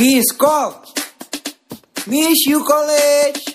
Miss Call, Miss You College.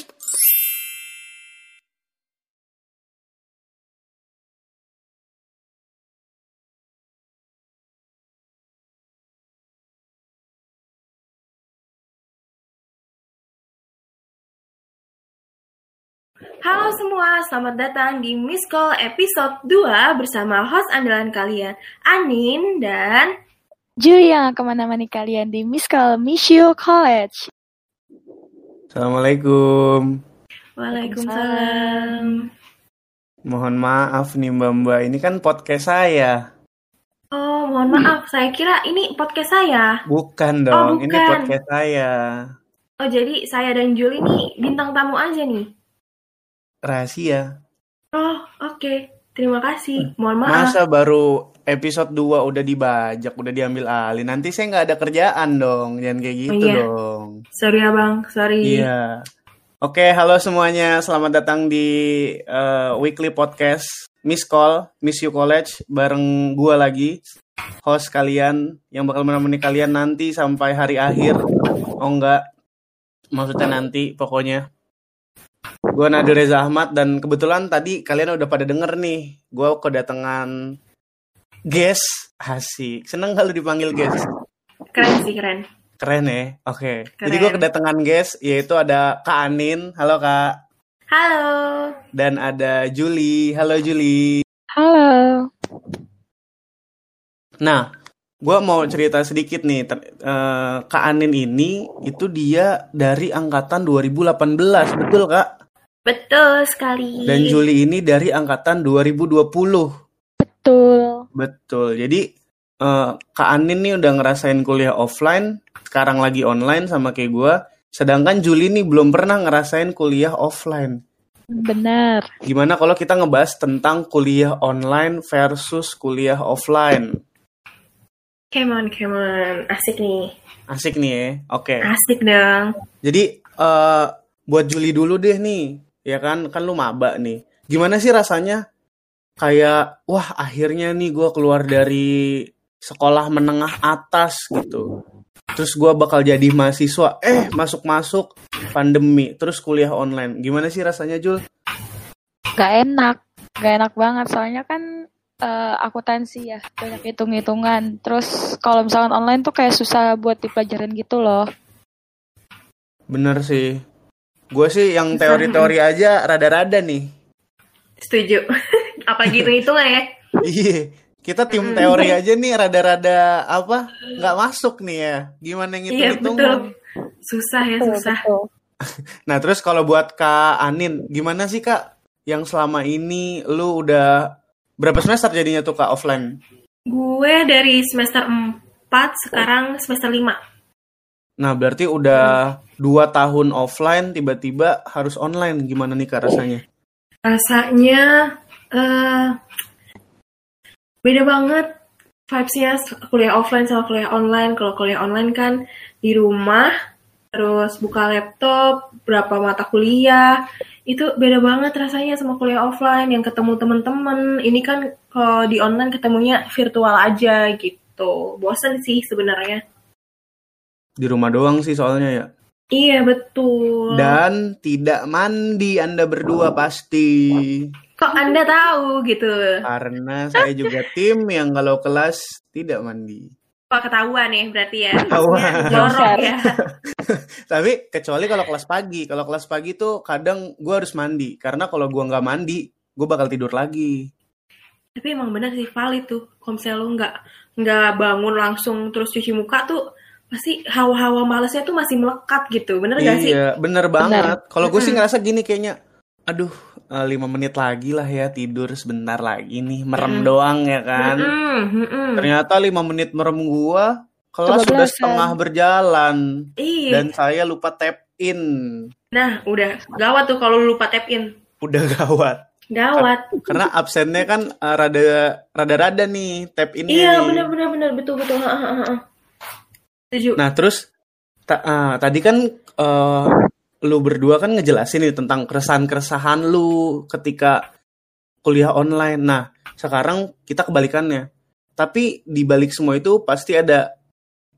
Halo semua, selamat datang di Miss Call episode 2 bersama host andalan kalian, Anin dan Julia, kemana-mana nih kalian di Miss Call, Miss You College. Assalamualaikum. Waalaikumsalam. Mohon maaf nih Mbak, ini kan podcast saya. Oh, mohon maaf, saya kira ini podcast saya. Bukan dong, bukan. ini podcast saya. Oh, jadi saya dan Juli nih bintang tamu aja nih. Rahasia. Oh, oke. Terima kasih. Mohon maaf. Masa baru episode 2 udah dibajak, udah diambil alih. Nanti saya nggak ada kerjaan dong. Jangan kayak gitu dong. Sorry ya Bang, sorry. Iya. Oke, halo semuanya. Selamat datang di weekly podcast Miss Call, Miss You College. Bareng gua lagi, host kalian yang bakal menemani kalian nanti sampai hari akhir. Oh enggak, maksudnya nanti pokoknya. Gue Nadir Reza Ahmad dan kebetulan tadi kalian udah pada denger nih, gue kedatangan guest. Asik, seneng kalau dipanggil guest. Keren sih, keren. Keren ya, oke. Jadi gue kedatangan guest, yaitu ada Kak Anin. Halo Kak. Halo. Dan ada Juli. Halo Juli. Halo. Nah, gue mau cerita sedikit nih. Kak Anin ini itu dia dari angkatan 2018, betul Kak? Betul sekali. Dan Juli ini dari angkatan 2020. Betul. Jadi Kak Anin nih udah ngerasain kuliah offline, sekarang lagi online sama kayak gue. Sedangkan Juli nih belum pernah ngerasain kuliah offline. Benar. Gimana kalau kita ngebahas tentang kuliah online versus kuliah offline? Come on. Asik nih. Asik nih ya, oke. Asik dong. Jadi buat Juli dulu deh nih, ya kan lu maba nih. Gimana sih rasanya? Kayak wah akhirnya nih gue keluar dari sekolah menengah atas gitu. Terus gue bakal jadi mahasiswa. Masuk pandemi. Terus kuliah online. Gimana sih rasanya Jul? Gak enak banget. Soalnya kan akuntansi ya, banyak hitung-hitungan. Terus kalau misalkan online tuh kayak susah buat dipelajarin gitu loh. Bener sih. Gue sih yang teori-teori aja rada-rada nih. Setuju. Apalagi hitung-hitungan ya. Iya. Kita tim teori aja nih rada-rada nggak masuk nih ya. Gimana ngitung-hitungan? Iya betul. Susah. Betul. Nah terus kalau buat Kak Anin, gimana sih Kak? Yang selama ini lu udah berapa semester jadinya tuh Kak offline? Gue dari semester 4, sekarang semester 5. Nah berarti udah 2 tahun offline, tiba-tiba harus online. Gimana nih Kak rasanya? Rasanya beda banget vibes-nya kuliah offline sama kuliah online. Kalau kuliah online kan di rumah, terus buka laptop, berapa mata kuliah. Itu beda banget rasanya sama kuliah offline yang ketemu teman-teman. Ini kan kalau di online ketemunya virtual aja gitu. Bosan sih sebenarnya. Di rumah doang sih soalnya ya. Iya betul. Dan tidak mandi Anda berdua pasti. Kok Anda tahu gitu? Karena saya juga tim yang kalau kelas tidak mandi. Kok ketahuan ya berarti ya? Ketahuan. Jorok ya. Tapi kecuali kalau kelas pagi. Kalau kelas pagi tuh kadang gue harus mandi. Karena kalau gue nggak mandi, gue bakal tidur lagi. Tapi emang benar sih valid tuh. Kalau misalnya lu nggak bangun langsung terus cuci muka tuh pasti hawa-hawa malesnya tuh masih melekat gitu. Bener gak sih? Iya, bener banget. Kalau gue sih ngerasa gini kayaknya, aduh 5 menit lagi lah ya tidur sebentar lagi nih. Merem doang ya kan. Ternyata 5 menit merem gue, kelas sudah setengah berjalan. Iya. Dan saya lupa tap in. Nah, udah gawat tuh kalau lupa tap in. Udah gawat. Karena absennya kan rada-rada nih tap in. Iya, benar betul. Setuju. Nah, terus tadi kan lu berdua kan ngejelasin nih tentang keresahan-keresahan lu ketika kuliah online. Nah, sekarang kita kebalikannya. Tapi di balik semua itu pasti ada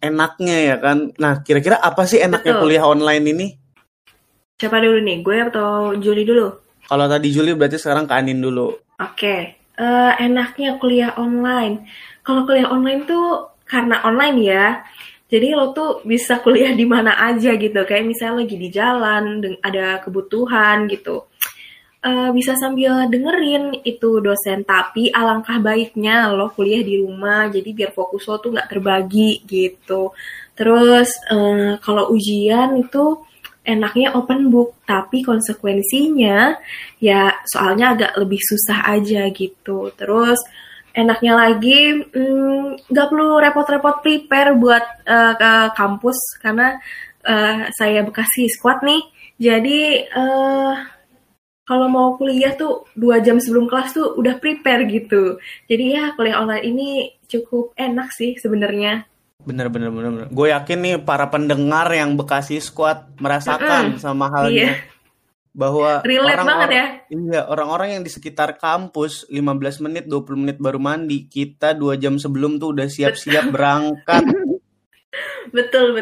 enaknya ya kan. Nah, kira-kira apa sih enaknya Betul. kuliah online ini? Siapa dulu nih? Gue atau Juli dulu? Kalau tadi Juli berarti sekarang ke Anin dulu. Oke. Enaknya kuliah online. Kalau kuliah online tuh karena online ya. Jadi lo tuh bisa kuliah di mana aja gitu. Kayak misalnya lagi di jalan, ada kebutuhan gitu. Bisa sambil dengerin itu dosen. Tapi alangkah baiknya lo kuliah di rumah. Jadi biar fokus lo tuh nggak terbagi gitu. Terus kalau ujian itu enaknya open book, tapi konsekuensinya ya soalnya agak lebih susah aja gitu. Terus enaknya lagi nggak perlu repot-repot prepare buat ke kampus karena saya Bekasi Squad nih. Jadi kalau mau kuliah tuh 2 jam sebelum kelas tuh udah prepare gitu. Jadi ya kuliah online ini cukup enak sih sebenarnya. Bener. Gue yakin nih para pendengar yang Bekasi Squad merasakan sama halnya. Iya. Bahwa Relate banget ya. Iya, orang-orang yang di sekitar kampus 15 menit, 20 menit baru mandi. Kita 2 jam sebelum tuh udah siap-siap berangkat. Betul.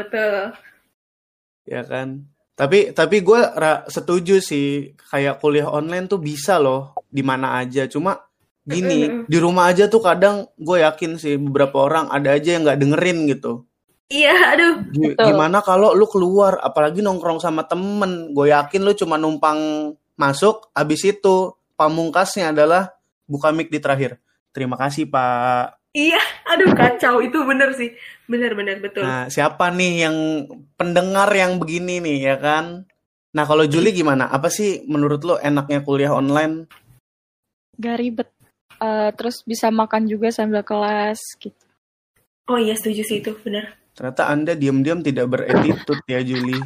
Ya kan? Tapi gue setuju sih. Kayak kuliah online tuh bisa loh di mana aja. Cuma gini, di rumah aja tuh kadang gue yakin sih beberapa orang ada aja yang nggak dengerin gitu. Iya, aduh. Gimana kalau lu keluar, apalagi nongkrong sama temen, gue yakin lu cuma numpang masuk, abis itu pamungkasnya adalah buka mic di terakhir. Terima kasih Pak. Iya, aduh kacau, itu bener sih. Bener, betul. Nah, siapa nih yang pendengar yang begini nih, ya kan? Nah, kalau Juli gimana? Apa sih menurut lo enaknya kuliah online? Gak ribet. Terus bisa makan juga sambil kelas gitu. Oh iya, setuju sih itu, bener. Ternyata Anda diam-diam tidak beretitut ya, Juli.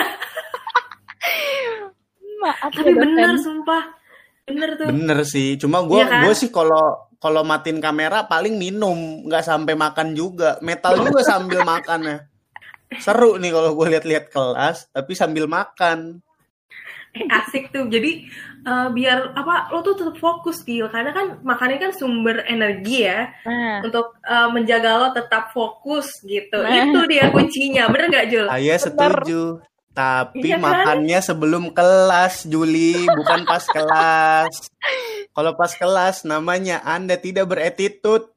Maaf. Tapi bener, sumpah. Bener tuh. Bener sih. Cuma gue Iya kan? sih kalau matiin kamera paling minum, nggak sampai makan juga. Metal juga sambil makan ya. Seru nih kalau gue lihat-lihat kelas, tapi sambil makan. Asik tuh. Jadi biar lo tuh tetap fokus Gil, karena kan makannya kan sumber energi ya. Untuk menjaga lo tetap fokus gitu. Itu dia kuncinya. Bener nggak Jul? Saya setuju. Tapi iya kan? Makannya sebelum kelas, Juli, bukan pas kelas. Kalau pas kelas namanya Anda tidak beretitut.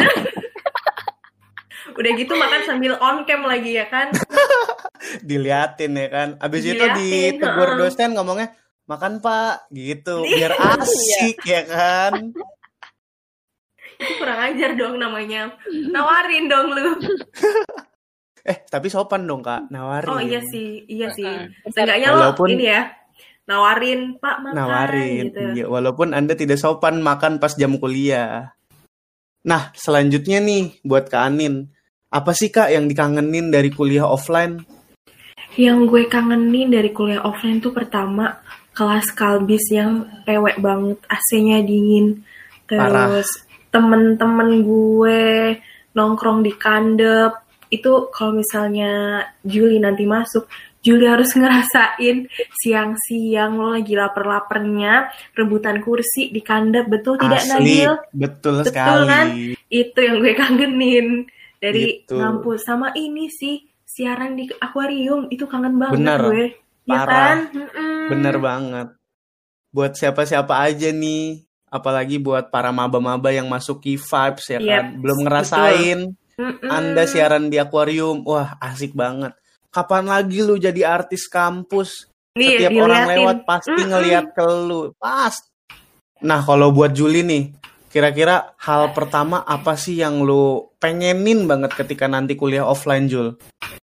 Udah gitu makan sambil on cam lagi ya kan? Diliatin ya kan. Abis itu ditegur dosen ngomongnya, makan Pak, gitu. Biar asik ya kan. Itu kurang ajar dong namanya. Nawarin dong lu. Tapi sopan dong Kak, nawarin. Oh iya sih. Seenggaknya lo ini ya, nawarin Pak makan. Nawarin, gitu. Iya, walaupun Anda tidak sopan makan pas jam kuliah. Nah, selanjutnya nih buat Kak Anin. Apa sih Kak yang dikangenin dari kuliah offline? Yang gue kangenin dari kuliah offline tuh pertama, kelas kalbis yang pewek banget, AC-nya dingin. Terus temen-temen gue nongkrong di kandep. Itu kalau misalnya Juli nanti masuk, Juli harus ngerasain siang-siang lo lagi lapar-laparnya rebutan kursi di kandep, betul tidak Nabil? Betul sekali. Kan? Itu yang gue kangenin dari ngampus. Sama ini sih, siaran di akuarium, itu kangen banget. Bener, gue. Parah. Ya kan? Bener banget. Buat siapa-siapa aja nih, apalagi buat para maba-maba yang masuk Vibes ya kan, belum ngerasain. Anda siaran di akuarium, wah asik banget. Kapan lagi lu jadi artis kampus? Setiap orang lewat pasti ngeliat ke lu. Pas. Nah kalau buat Juli nih, kira-kira hal pertama apa sih yang lu pengenin banget ketika nanti kuliah offline, Jul?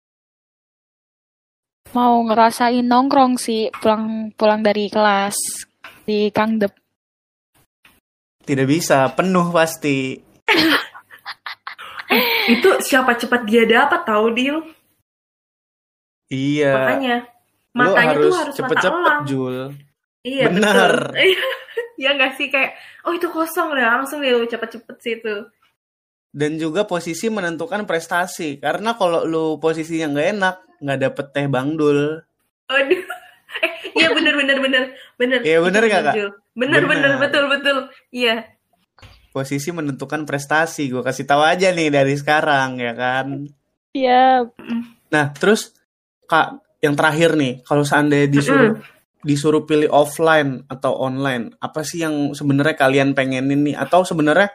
Mau ngerasain nongkrong sih, pulang dari kelas di Kangdep. Tidak bisa, penuh pasti. Itu siapa cepat dia dapat tahu Dil. Iya. Makanya matanya tuh harus cepet-cepet Jul. Iya benar. Ya nggak sih kayak itu kosong lah langsung deh lu cepet-cepet situ. Dan juga posisi menentukan prestasi karena kalau lu posisinya nggak enak nggak dapet teh Bang Dul. Aduh. Iya bener. Iya bener nggak Kak? Bener betul. Iya. Posisi menentukan prestasi, gue kasih tahu aja nih dari sekarang ya kan. Iya, Nah, terus Kak, yang terakhir nih, kalau seandainya disuruh pilih offline atau online, apa sih yang sebenarnya kalian pengenin nih? Atau sebenarnya,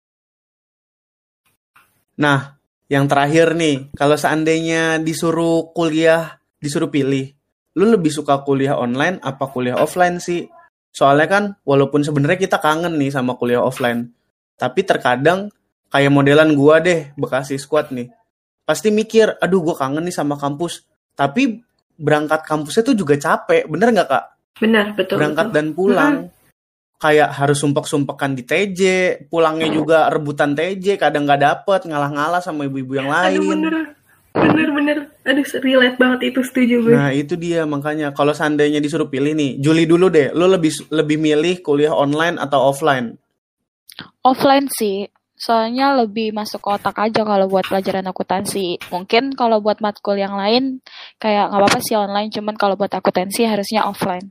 nah, yang terakhir nih, kalau seandainya disuruh pilih, lu lebih suka kuliah online apa kuliah offline sih? Soalnya kan, walaupun sebenarnya kita kangen nih sama kuliah offline, tapi terkadang kayak modelan gua deh, Bekasi Squad nih, pasti mikir, aduh gue kangen nih sama kampus. Tapi berangkat kampusnya tuh juga capek, bener nggak Kak? Benar, betul. Berangkat betul. dan pulang, kayak harus sumpek-sumpekan di TJ, pulangnya juga rebutan TJ, kadang nggak dapet, ngalah-ngalah sama ibu-ibu yang lain. Aduh bener. Aduh relate banget itu, setuju gue. Nah itu dia makanya, kalau seandainya disuruh pilih nih, Juli dulu deh, lu lebih milih kuliah online atau offline? offline sih. Soalnya lebih masuk ke otak aja kalau buat pelajaran akuntansi. Mungkin kalau buat matkul yang lain kayak nggak apa-apa sih online, cuman kalau buat akuntansi harusnya offline.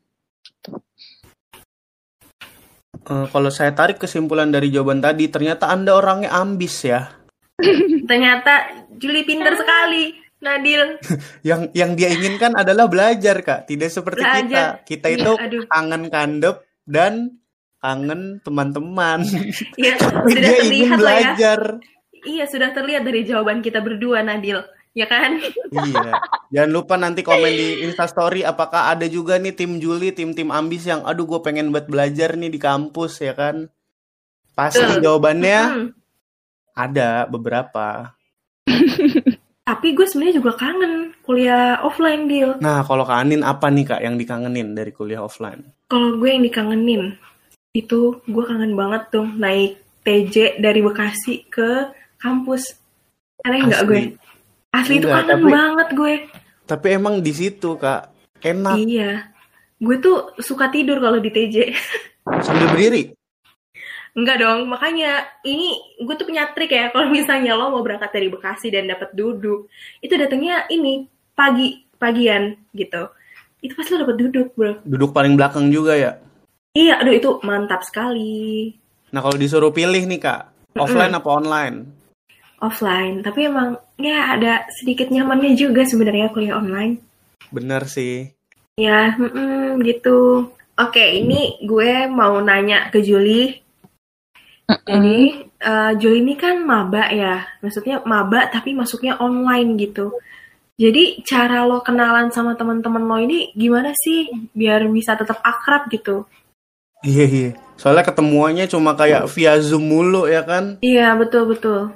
Kalau saya tarik kesimpulan dari jawaban tadi, ternyata Anda orangnya ambis ya. Ternyata Juli pinter sekali, Nadil. Yang dia inginkan adalah belajar, Kak. Tidak seperti Belajar. kita itu Iya, aduh. kangen kandep dan kangen teman-teman. Iya, Tapi sudah dia ingin terlihat lah ya. belajar. Iya, sudah terlihat dari jawaban kita berdua, Nadil. Ya kan? Iya. Jangan lupa nanti komen di Instastory apakah ada juga nih tim Juli, tim ambis yang aduh gue pengen buat belajar nih di kampus ya kan. Pasti jawabannya ada beberapa. Tapi gue sebenarnya juga kangen kuliah offline, Dil. Nah, kalau Kak Anin apa nih Kak yang dikangenin dari kuliah offline? Kalau gue yang dikangenin, itu gue kangen banget tuh naik TJ dari Bekasi ke kampus. Aneh nggak gue? Asli itu kangen banget gue. Tapi emang di situ Kak enak. Iya, gue tuh suka tidur kalau di TJ. Sambil berdiri? Enggak dong, makanya ini gue tuh punya trik ya. Kalau misalnya lo mau berangkat dari Bekasi dan dapat duduk, itu datangnya ini pagian gitu. Itu pasti lo dapat duduk, bro. Duduk paling belakang juga ya? Iya, aduh itu mantap sekali. Nah kalau disuruh pilih nih Kak, offline apa online? Offline, tapi emang ya ada sedikit nyamannya juga sebenarnya kuliah online. Bener sih. Ya, gitu. Oke, ini gue mau nanya ke Juli. Jadi, Juli ini kan maba ya. Maksudnya maba tapi masuknya online gitu. Jadi, cara lo kenalan sama teman-teman lo ini gimana sih biar bisa tetap akrab gitu? Iya. Soalnya ketemuannya cuma kayak via Zoom mulu ya kan? Iya, betul.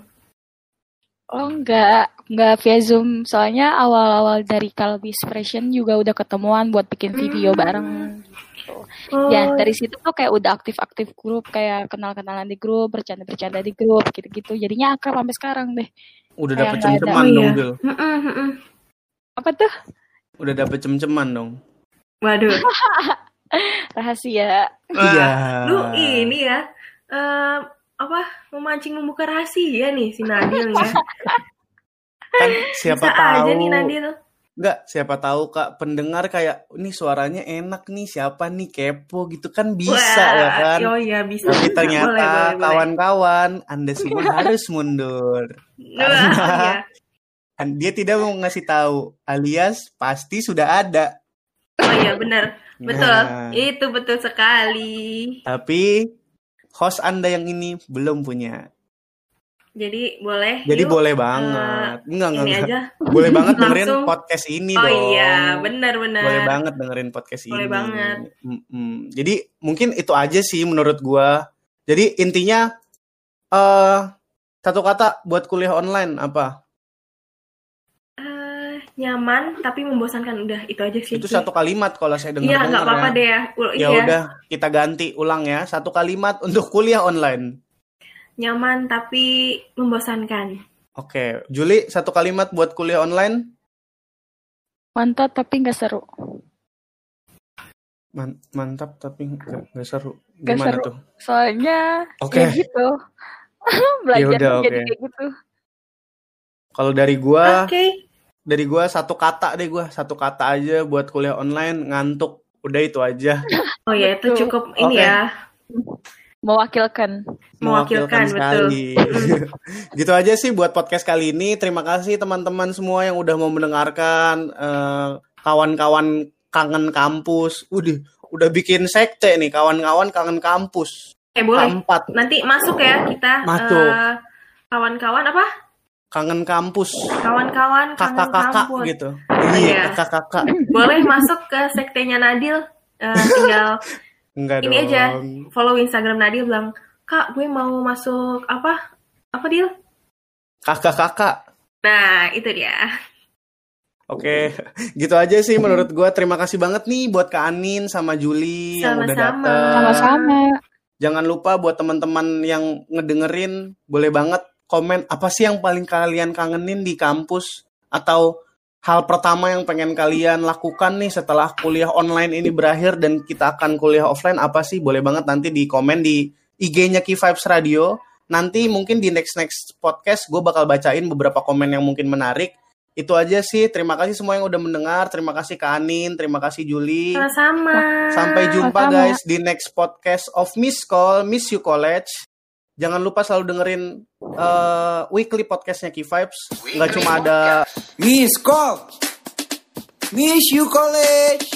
Oh enggak via Zoom. Soalnya awal-awal dari Kalbis Fashion juga udah ketemuan buat bikin video bareng. Ya dari situ tuh kayak udah aktif-aktif grup, kayak kenal-kenalan di grup, bercanda-bercanda di grup, gitu-gitu. Jadinya akrab sampai sekarang deh. Udah dapet cem-ceman dong, Bil. Apa tuh? Udah dapet cem-ceman dong. Waduh. Rahasia. Iya. Lu ini ya, memancing membuka rahasia nih si Nadil ya. Kan siapa bisa tahu. Aja nih Nadil. Enggak, siapa tahu Kak pendengar kayak nih suaranya enak nih, siapa nih, kepo gitu kan bisa. Wah, ya kan. Oh iya bisa. Tapi ternyata boleh. kawan-kawan Anda semua harus mundur. Karena dia tidak mau ngasih tahu, alias pasti sudah ada. Oh iya benar. Betul. Itu betul sekali. Tapi host Anda yang ini belum punya. Jadi boleh. Jadi boleh banget. Enggak. Aja. Boleh banget dengerin podcast ini dong. Oh iya, benar. Boleh banget dengerin podcast ini. Boleh banget. Jadi mungkin itu aja sih menurut gua. Jadi intinya satu kata buat kuliah online apa? Nyaman tapi membosankan, udah itu aja sih. Itu satu kalimat kalau saya dengar. Iya, nggak apa-apa deh ya. Ya udah, kita ganti ulang ya. Satu kalimat untuk kuliah online. Nyaman tapi membosankan. Oke, Juli, satu kalimat buat kuliah online. Mantap tapi nggak seru. Mantap tapi nggak seru. Gak Gimana seru. tuh? Soalnya ya gitu. Belajar jadi kayak gitu. Kalau dari gua satu kata deh, satu kata aja buat kuliah online, ngantuk. Udah itu aja. Oh ya, itu cukup ini ya. Mewakilkan sekali. Gitu aja sih buat podcast kali ini. Terima kasih teman-teman semua yang udah mau mendengarkan. Kawan-kawan kangen kampus. Udah bikin sekte nih, kawan-kawan kangen kampus. Boleh. Keempat. Nanti masuk ya kita. Masuk. Kawan-kawan apa? Kangen kampus. Kawan-kawan kangen Kakak-kakak kampus. gitu. Iya. Kakak-kakak. Boleh masuk ke sektenya Nadil. Tinggal Enggak ini dong. aja, follow Instagram Nadil, bilang, Kak, gue mau masuk apa Dil? Kakak-kakak. Nah, itu dia. Oke, gitu aja sih menurut gue. Terima kasih banget nih buat Kak Anin sama Juli yang udah datang. Sama-sama. Jangan lupa buat teman-teman yang ngedengerin, boleh banget komen apa sih yang paling kalian kangenin di kampus, atau hal pertama yang pengen kalian lakukan nih setelah kuliah online ini berakhir dan kita akan kuliah offline, apa sih? Boleh banget nanti di komen di IG-nya Key Vibes Radio. Nanti mungkin di next podcast gue bakal bacain beberapa komen yang mungkin menarik. Itu aja sih. Terima kasih semua yang udah mendengar. Terima kasih Kak Anin, terima kasih Juli. Sama-sama. Sampai jumpa guys di next podcast of Miss Call, Miss You College. Jangan lupa selalu dengerin weekly podcastnya Key Vibes. Nggak cuma ada Miss Call, Miss You College.